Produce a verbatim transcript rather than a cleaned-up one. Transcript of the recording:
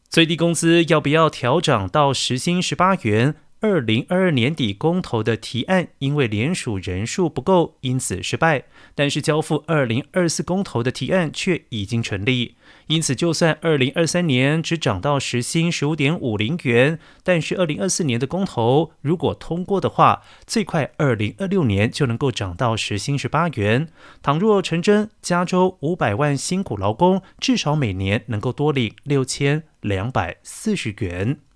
最低工资要不要调涨到时薪十八元？二零二二年底公投的提案，因为联署人数不够，因此失败。但是交付二零二四公投的提案却已经成立，因此就算二零二三年只涨到时薪十五点五零元，但是二零二四年的公投如果通过的话，最快二零二六年就能够涨到时薪十八元。倘若成真，加州五百万辛苦劳工至少每年能够多领六千两百四十元。